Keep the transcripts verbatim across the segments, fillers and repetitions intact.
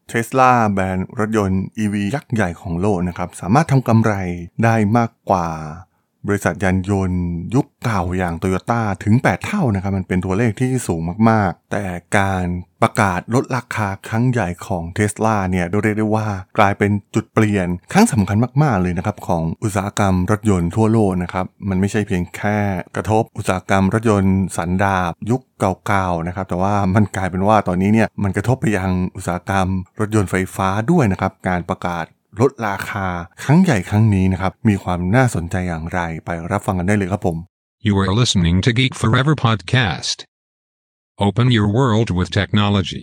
Tesla แบรนด์รถยนต์ อี วี ยักษ์ใหญ่ของโลกนะครับสามารถทำกำไรได้มากกว่าบริษัทยานยนต์ยุคเก่าอย่าง Toyota ถึงแปดเท่านะครับมันเป็นตัวเลขที่สูงมากๆแต่การประกาศลดราคาครั้งใหญ่ของ Tesla เนี่ยเรียกได้ว่ากลายเป็นจุดเปลี่ยนครั้งสำคัญมากๆเลยนะครับของอุตสาหกรรมรถยนต์ทั่วโลกนะครับมันไม่ใช่เพียงแค่กระทบอุตสาหกรรมรถยนต์สันดาปยุคเก่าๆนะครับแต่ว่ามันกลายเป็นว่าตอนนี้เนี่ยมันกระทบไปยังอุตสาหกรรมรถยนต์ไฟฟ้าด้วยนะครับการประกาศลดราคาครั้งใหญ่ครั้งนี้นะครับมีความน่าสนใจอย่างไรไปรับฟังกันได้เลยครับผม You are listening to Geek Forever podcast. Open your world with technology.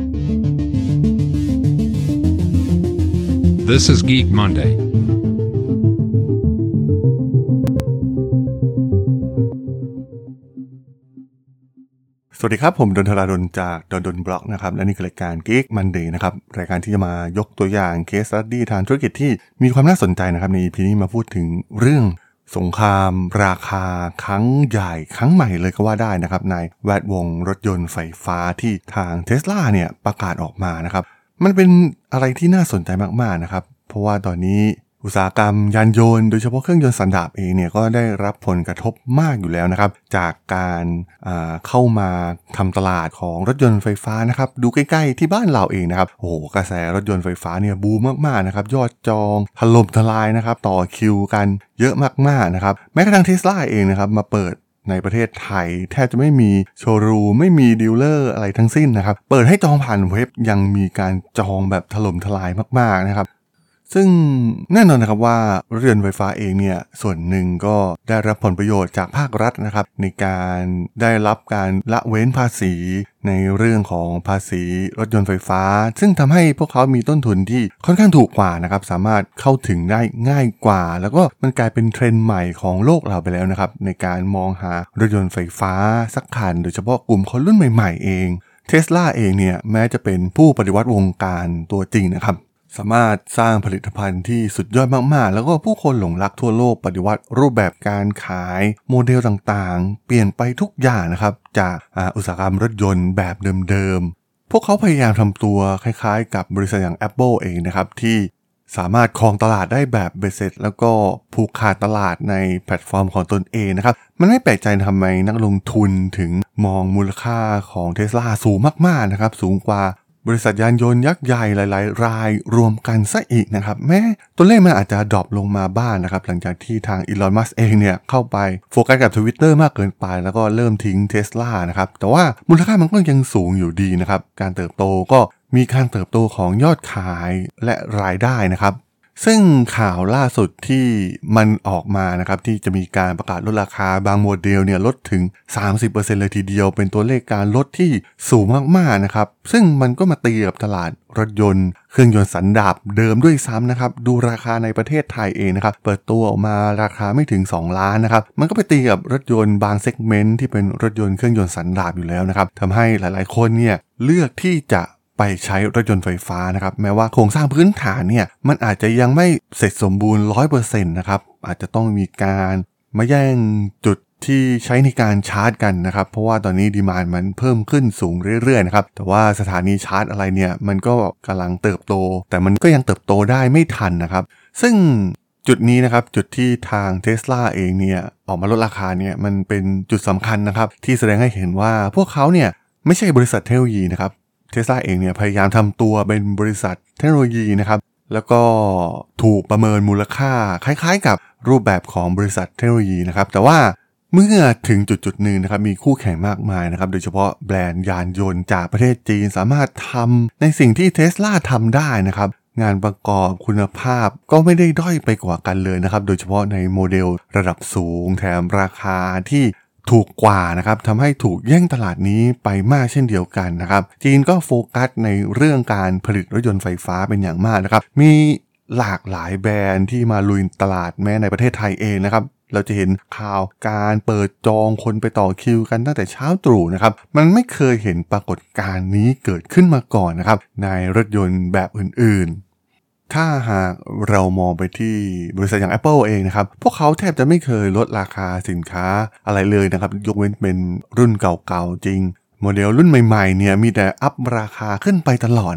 This is Geek Monday. สวัสดีครับผมดนทราดลจากดนดนบล็อกนะครับและนี่คือรายการ Geek Monday นะครับรายการที่จะมายกตัวอย่าง Case Study ทางธุรกิจที่มีความน่าสนใจนะครับใน อี พี นี้มาพูดถึงเรื่องสงครามราคาครั้งใหญ่ครั้งใหม่เลยก็ว่าได้นะครับในแวดวงรถยนต์ไฟฟ้าที่ทาง Tesla เนี่ยประกาศออกมานะครับมันเป็นอะไรที่น่าสนใจมากๆนะครับเพราะว่าตอนนี้อุตสาหกรรมยานยนต์โดยเฉพาะเครื่องยนต์สันดาปเองเนี่ยก็ได้รับผลกระทบมากอยู่แล้วนะครับจากการเข้ามาทำตลาดของรถยนต์ไฟฟ้านะครับดูใกล้ๆที่บ้านเราเองนะครับโอ้โหกระแสรถยนต์ไฟฟ้าเนี่ยบูมมากๆนะครับยอดจองถล่มทลายนะครับต่อคิวกันเยอะมากๆนะครับแม้กระทั่ง Tesla เองนะครับมาเปิดในประเทศไทยแทบจะไม่มีโชว์รูมไม่มีดีลเลอร์อะไรทั้งสิ้นนะครับเปิดให้จองผ่านเว็บยังมีการจองแบบถล่มทลายมากๆนะครับซึ่งแน่นอนนะครับว่ารถยนต์ไฟฟ้าเองเนี่ยส่วนหนึ่งก็ได้รับผลประโยชน์จากภาครัฐนะครับในการได้รับการละเว้นภาษีในเรื่องของภาษีรถยนต์ไฟฟ้าซึ่งทำให้พวกเขามีต้นทุนที่ค่อนข้างถูกกว่านะครับสามารถเข้าถึงได้ง่ายกว่าแล้วก็มันกลายเป็นเทรนด์ใหม่ของโลกเราไปแล้วนะครับในการมองหารถยนต์ไฟฟ้าสักคันโดยเฉพาะกลุ่มคนรุ่นใหม่ๆเอง Tesla เองเนี่ยแม้จะเป็นผู้ปฏิวัติวงการตัวจริงนะครับสามารถสร้างผลิตภัณฑ์ที่สุดยอดมากๆแล้วก็ผู้คนหลงรักทั่วโลกปฏิวัติรูปแบบการขายโมเดลต่างๆเปลี่ยนไปทุกอย่างนะครับจากอุตสาหกรรมรถยนต์แบบเดิมๆพวกเขาพยายามทำตัวคล้ายๆกับบริษัทอย่าง Apple เองนะครับที่สามารถครองตลาดได้แบบเบ็ดเสร็จแล้วก็ผูกขาดตลาดในแพลตฟอร์มของตนเองนะครับมันไม่แปลกใจทำไมนักลงทุนถึงมองมูลค่าของ Tesla สูงมากๆนะครับสูงกว่าบริษัทยานยนต์ยักษ์ใหญ่หลายๆรายรวมกันซะอีกนะครับแม้ตัวเลขมันอาจจะดรอปลงมาบ้าง น, นะครับหลังจากที่ทางอีลอนมัสก์เองเนี่ยเข้าไปโฟกัสกับ Twitter มากเกินไปแล้วก็เริ่มทิ้ง Tesla นะครับแต่ว่ามูลค่ามันก็ยังสูงอยู่ดีนะครับการเติบโตก็มีการเติบโตของยอดขายและรายได้นะครับซึ่งข่าวล่าสุดที่มันออกมานะครับที่จะมีการประกาศลดราคาบางโมเดลเนี่ยลดถึง สามสิบเปอร์เซ็นต์ เลยทีเดียวเป็นตัวเลขการลดที่สูงมากๆนะครับซึ่งมันก็มาตีกับตลาดรถยนต์เครื่องยนต์สันดาปเดิมด้วยซ้ำนะครับดูราคาในประเทศไทยเองนะครับเปิดตัวออกมาราคาไม่ถึงสองล้านนะครับมันก็ไปตีกับรถยนต์บางเซกเมนต์ที่เป็นรถยนต์เครื่องยนต์สันดาปอยู่แล้วนะครับทำให้หลายๆคนเนี่ยเลือกที่จะไปใช้รถยนต์ไฟฟ้านะครับแม้ว่าโครงสร้างพื้นฐานเนี่ยมันอาจจะยังไม่เสร็จสมบูรณ์ ร้อยเปอร์เซ็นต์ นะครับอาจจะต้องมีการมาแย่งจุดที่ใช้ในการชาร์จกันนะครับเพราะว่าตอนนี้ดีมานด์มันเพิ่มขึ้นสูงเรื่อยๆนะครับแต่ว่าสถานีชาร์จอะไรเนี่ยมันก็กำลังเติบโตแต่มันก็ยังเติบโตได้ไม่ทันนะครับซึ่งจุดนี้นะครับจุดที่ทาง Tesla เองเนี่ยออกมาลดราคาเนี่ยมันเป็นจุดสำคัญนะครับที่แสดงให้เห็นว่าพวกเขาเนี่ยไม่ใช่บริษัทเทคโนโลยีนะครับTesla เองเนี่ยพยายามทำตัวเป็นบริษัทเทคโนโลยีนะครับแล้วก็ถูกประเมินมูลค่าคล้ายๆกับรูปแบบของบริษัทเทคโนโลยีนะครับแต่ว่าเมื่อถึงจุดๆหนึ่งนะครับมีคู่แข่งมากมายนะครับโดยเฉพาะแบรนด์ยานยนต์จากประเทศจีนสามารถทำในสิ่งที่ Tesla ทำได้นะครับงานประกอบคุณภาพก็ไม่ได้ด้อยไปกว่ากันเลยนะครับโดยเฉพาะในโมเดลระดับสูงแถมราคาที่ถูกกว่านะครับทำให้ถูกแย่งตลาดนี้ไปมากเช่นเดียวกันนะครับจีนก็โฟกัสในเรื่องการผลิตรถยนต์ไฟฟ้าเป็นอย่างมากนะครับมีหลากหลายแบรนด์ที่มาลุยตลาดแม้ในประเทศไทยเองนะครับเราจะเห็นข่าวการเปิดจองคนไปต่อคิวกันตั้งแต่เช้าตรู่นะครับมันไม่เคยเห็นปรากฏการณ์นี้เกิดขึ้นมาก่อนนะครับในรถยนต์แบบอื่นๆถ้าหากเรามองไปที่บริษัทอย่าง Apple เองนะครับพวกเขาแทบจะไม่เคยลดราคาสินค้าอะไรเลยนะครับยกเว้นเป็นรุ่นเก่าๆจริงโมเดลรุ่นใหม่ๆเนี่ยมีแต่อัพราคาขึ้นไปตลอดนะครับ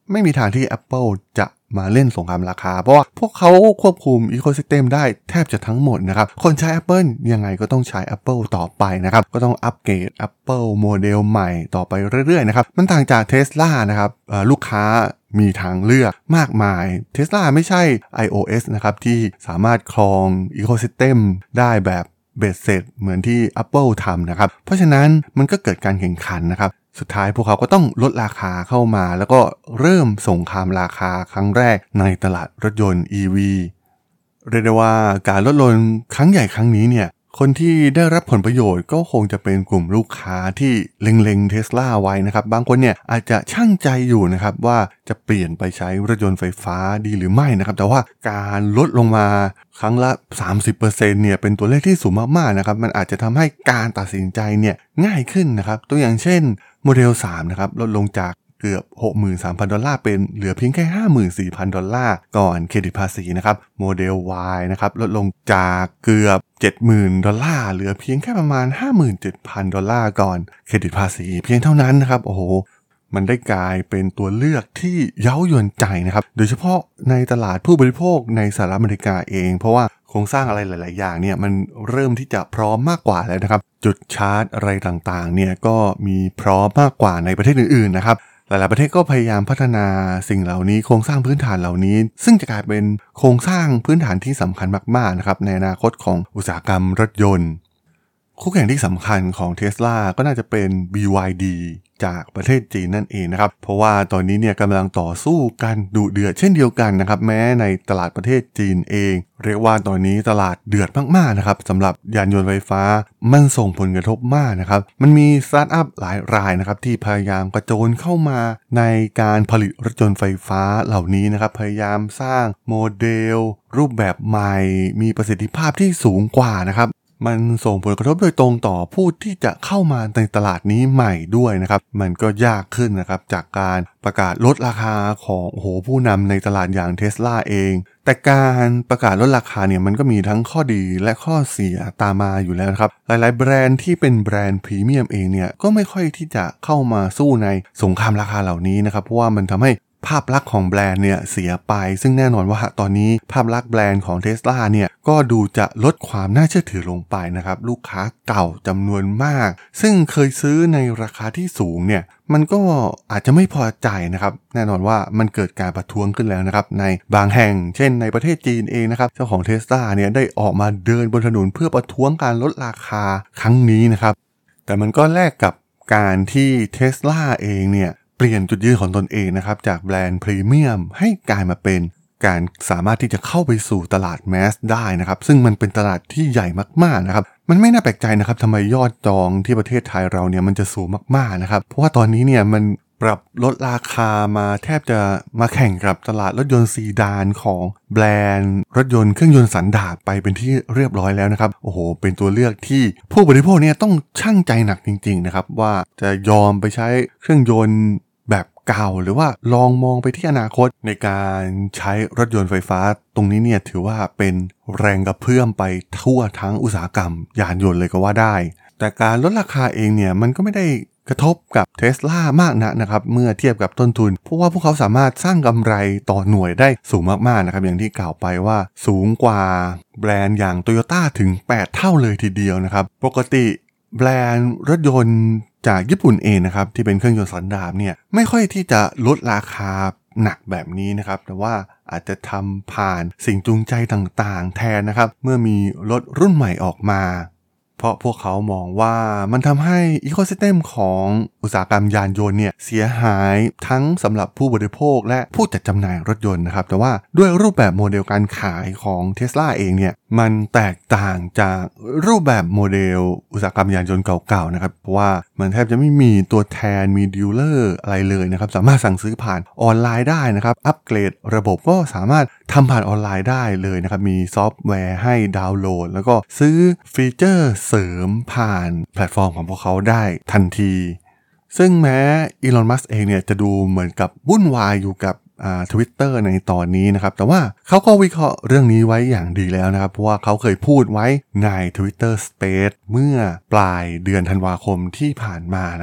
ไม่มีทางที่ Apple จะมาเล่นสงครามราคาเพราะว่าพวกเขาควบคุมอีโคซิสเต็มได้แทบจะทั้งหมดนะครับคนใช้ Apple ยังไงก็ต้องใช้ Apple ต่อไปนะครับก็ต้องอัปเกรด Apple โมเดลใหม่ต่อไปเรื่อยๆนะครับมันต่างจาก Tesla นะครับลูกค้ามีทางเลือกมากมาย Tesla ไม่ใช่ iOS นะครับที่สามารถครองอีโคซิสเต็มได้แบบเบ็ดเสร็จเหมือนที่ Apple ทำนะครับเพราะฉะนั้นมันก็เกิดการแข่งขันนะครับสุดท้ายพวกเขาก็ต้องลดราคาเข้ามาแล้วก็เริ่มสงครามราคาครั้งแรกในตลาดรถยนต์ อี วี เรียกได้ว่าการลดลงครั้งใหญ่ครั้งนี้เนี่ยคนที่ได้รับผลประโยชน์ก็คงจะเป็นกลุ่มลูกค้าที่เล็งๆ Tesla ไว้นะครับบางคนเนี่ยอาจจะชั่งใจอยู่นะครับว่าจะเปลี่ยนไปใช้รถยนต์ไฟฟ้าดีหรือไม่นะครับแต่ว่าการลดลงมาครั้งละ สามสิบเปอร์เซ็นต์ เนี่ยเป็นตัวเลขที่สูงมากๆนะครับมันอาจจะทำให้การตัดสินใจเนี่ยง่ายขึ้นนะครับตัวอย่างเช่นโมเดลสามนะครับลดลงจากเกือบ หกหมื่นสามพัน ดอลลาร์เป็นเหลือเพียงแค่ ห้าหมื่นสี่พัน ดอลลาร์ก่อนเครดิตภาษีนะครับโมเดล Y นะครับลดลงจากเกือบ เจ็ดหมื่น ดอลลาร์เหลือเพียงแค่ประมาณ ห้าหมื่นเจ็ดพัน ดอลลาร์ก่อนเครดิตภาษีเพียงเท่านั้นนะครับโอ้โหมันได้กลายเป็นตัวเลือกที่เย้ายวนใจนะครับโดยเฉพาะในตลาดผู้บริโภคในสหรัฐอเมริกาเองเพราะว่าโครงสร้างอะไรหลายๆอย่างเนี่ยมันเริ่มที่จะพร้อมมากกว่าแล้วนะครับจุดชาร์จอะไรต่างๆเนี่ยก็มีพร้อมมากกว่าในประเทศอื่นๆนะครับหลายๆประเทศก็พยายามพัฒนาสิ่งเหล่านี้โครงสร้างพื้นฐานเหล่านี้ซึ่งจะกลายเป็นโครงสร้างพื้นฐานที่สำคัญมากๆนะครับในอนาคตของอุตสาหกรรมรถยนต์คู่แข่งที่สำคัญของ Tesla ก็น่าจะเป็น บี วาย ดี จากประเทศจีนนั่นเองนะครับเพราะว่าตอนนี้เนี่ยกำลังต่อสู้กันดุเดือดเช่นเดียวกันนะครับแม้ในตลาดประเทศจีนเองเรียกว่าตอนนี้ตลาดเดือดมากๆนะครับสำหรับยานยนต์ไฟฟ้ามันส่งผลกระทบมากนะครับมันมีสตาร์ทอัพหลายรายนะครับที่พยายามกระโจนเข้ามาในการผลิตรถยนต์ไฟฟ้าเหล่านี้นะครับพยายามสร้างโมเดลรูปแบบใหม่มีประสิทธิภาพที่สูงกว่านะครับมันส่งผลกระทบโดยตรงต่อผู้ที่จะเข้ามาในตลาดนี้ใหม่ด้วยนะครับมันก็ยากขึ้นนะครับจากการประกาศลดราคาของโอ้โหผู้นำในตลาดอย่าง Tesla เองแต่การประกาศลดราคาเนี่ยมันก็มีทั้งข้อดีและข้อเสียตามมาอยู่แล้วนะครับหลายๆแบรนด์ที่เป็นแบรนด์พรีเมียมเองเนี่ยก็ไม่ค่อยที่จะเข้ามาสู้ในสงครามราคาเหล่านี้นะครับเพราะว่ามันทำให้ภาพลักษณ์ของแบรนด์เนี่ยเสียไปซึ่งแน่นอนว่าตอนนี้ภาพลักษณ์แบรนด์ของ Tesla เนี่ยก็ดูจะลดความน่าเชื่อถือลงไปนะครับลูกค้าเก่าจำนวนมากซึ่งเคยซื้อในราคาที่สูงเนี่ยมันก็อาจจะไม่พอใจนะครับแน่นอนว่ามันเกิดการประท้วงขึ้นแล้วนะครับในบางแห่งเช่นในประเทศจีนเองนะครับเจ้าของ Tesla เนี่ยได้ออกมาเดินบนถนนเพื่อประท้วงการลดราคาครั้งนี้นะครับแต่มันก็แลกกับการที่ Tesla เองเนี่ยเปลี่ยนจุดยืนของตนเองนะครับจากแบรนด์พรีเมียมให้กลายมาเป็นการสามารถที่จะเข้าไปสู่ตลาดแมสได้นะครับซึ่งมันเป็นตลาดที่ใหญ่มากๆนะครับมันไม่น่าแปลกใจนะครับทำไมยอดจองที่ประเทศไทยเราเนี่ยมันจะสูงมากๆนะครับเพราะว่าตอนนี้เนี่ยมันปรับลดราคามาแทบจะมาแข่งกับตลาดรถยนต์ซีดานของแบรนด์รถยนต์เครื่องยนต์สันดาปไปเป็นที่เรียบร้อยแล้วนะครับโอ้โหเป็นตัวเลือกที่ผู้บริโภคเนี่ยต้องชั่งใจหนักจริงๆนะครับว่าจะยอมไปใช้เครื่องยนต์แบบเก่าหรือว่าลองมองไปที่อนาคตในการใช้รถยนต์ไฟฟ้าตรงนี้เนี่ยถือว่าเป็นแรงกระเพื่อมไปทั่วทั้งอุตสาหกรรมยานยนต์เลยก็ว่าได้แต่การลดราคาเองเนี่ยมันก็ไม่ได้กระทบกับ Tesla มากนักนะครับเมื่อเทียบกับต้นทุนเพราะว่าพวกเขาสามารถสร้างกำไรต่อหน่วยได้สูงมากๆนะครับอย่างที่กล่าวไปว่าสูงกว่าแบรนด์อย่าง Toyota ถึงแปดเท่าเลยทีเดียวนะครับปกติแบรนด์รถยนต์จากญี่ปุ่นเองนะครับที่เป็นเครื่องยนต์สันดาปเนี่ยไม่ค่อยที่จะลดราคาหนักแบบนี้นะครับแต่ว่าอาจจะทำผ่านสิ่งจูงใจต่างๆแทนนะครับเมื่อมีรถรุ่นใหม่ออกมาเพราะพวกเขามองว่ามันทำให้อีโคซิสเต็มของอุตสาหกรรมยานยนต์เนี่ยเสียหายทั้งสำหรับผู้บริโภคและผู้จัดจำหน่ายรถยนต์นะครับแต่ว่าด้วยรูปแบบโมเดลการขายของ Tesla เองเนี่ยมันแตกต่างจากรูปแบบโมเดลอุตสาหกรรมยานยนต์เก่าๆนะครับเพราะว่ามันแทบจะไม่มีตัวแทนมีดีลเลอร์อะไรเลยนะครับสามารถสั่งซื้อผ่านออนไลน์ได้นะครับอัปเกรดระบบก็สามารถทำผ่านออนไลน์ได้เลยนะครับมีซอฟต์แวร์ให้ดาวน์โหลดแล้วก็ซื้อฟีเจอร์เสริมผ่านแพลตฟอร์มของพวกเขาได้ทันทีซึ่งแม้อีลอน มัสก์เองเนี่ยจะดูเหมือนกับวุ่นวายอยู่กับอ่า Twitter ในตอนนี้นะครับแต่ว่าเขาก็วิเคราะห์เรื่องนี้ไว้อย่างดีแล้วนะครับเพราะว่าเขาเคยพูดไว้ใน Twitter Space เมื่อปลายเดือนธันวาคมที่ผ่านมานะครับ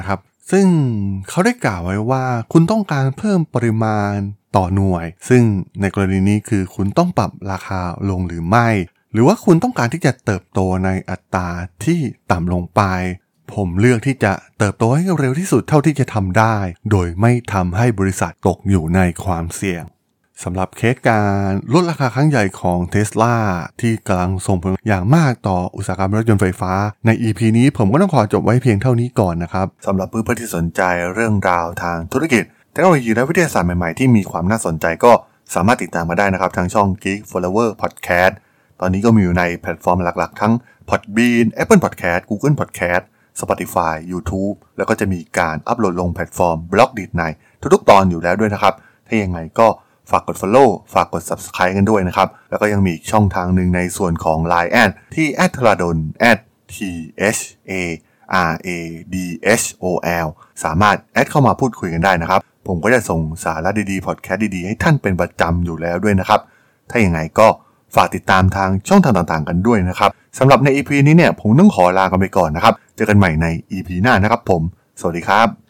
ซึ่งเขาได้กล่าวไว้ว่าคุณต้องการเพิ่มปริมาณต่อหน่วยซึ่งในกรณีนี้คือคุณต้องปรับราคาลงหรือไม่หรือว่าคุณต้องการที่จะเติบโตในอัตราที่ต่ำลงไปผมเลือกที่จะเติบโตให้เร็วที่สุดเท่าที่จะทำได้โดยไม่ทำให้บริษัทตกอยู่ในความเสี่ยงสำหรับเคสการลดราคาครั้งใหญ่ของ Tesla ที่กำลังส่งผลอย่างมากต่ออุตสาหกรรมรถยนต์ไฟฟ้าใน อี พี นี้ผมก็ต้องขอจบไว้เพียงเท่านี้ก่อนนะครับสำหรับเพื่อนๆที่สนใจเรื่องราวทางธุรกิจเทคโนโลยีและวิทยาศาสตร์ใหม่ๆที่มีความน่าสนใจก็สามารถติดตามมาได้นะครับทางช่อง Geek Flower Podcast ตอนนี้ก็มีอยู่ในแพลตฟอร์มหลักๆทั้ง Podbean Apple Podcast Google Podcast Spotify YouTube แล้วก็จะมีการอัปโหลดลงแพลตฟอร์ม Blogdit ในทุกๆตอนอยู่แล้วด้วยนะครับถ้ายังไงก็ฝากกด follow ฝากกด subscribe กันด้วยนะครับแล้วก็ยังมีช่องทางหนึ่งในส่วนของ ไลน์ แอด ที่ แอท ทราดล แอท ที เอช เอ อาร์ เอ ดี เอช โอ แอล สามารถแอดเข้ามาพูดคุยกันได้นะครับผมก็จะส่งสาระดีๆพอดแคสต์ดีๆให้ท่านเป็นประจำอยู่แล้วด้วยนะครับถ้าอย่างไงก็ฝากติดตามทางช่องทางต่างๆกันด้วยนะครับสำหรับใน อี พี นี้เนี่ยผมต้องขอลากันไปก่อนนะครับเจอกันใหม่ใน อี พี หน้านะครับผมสวัสดีครับ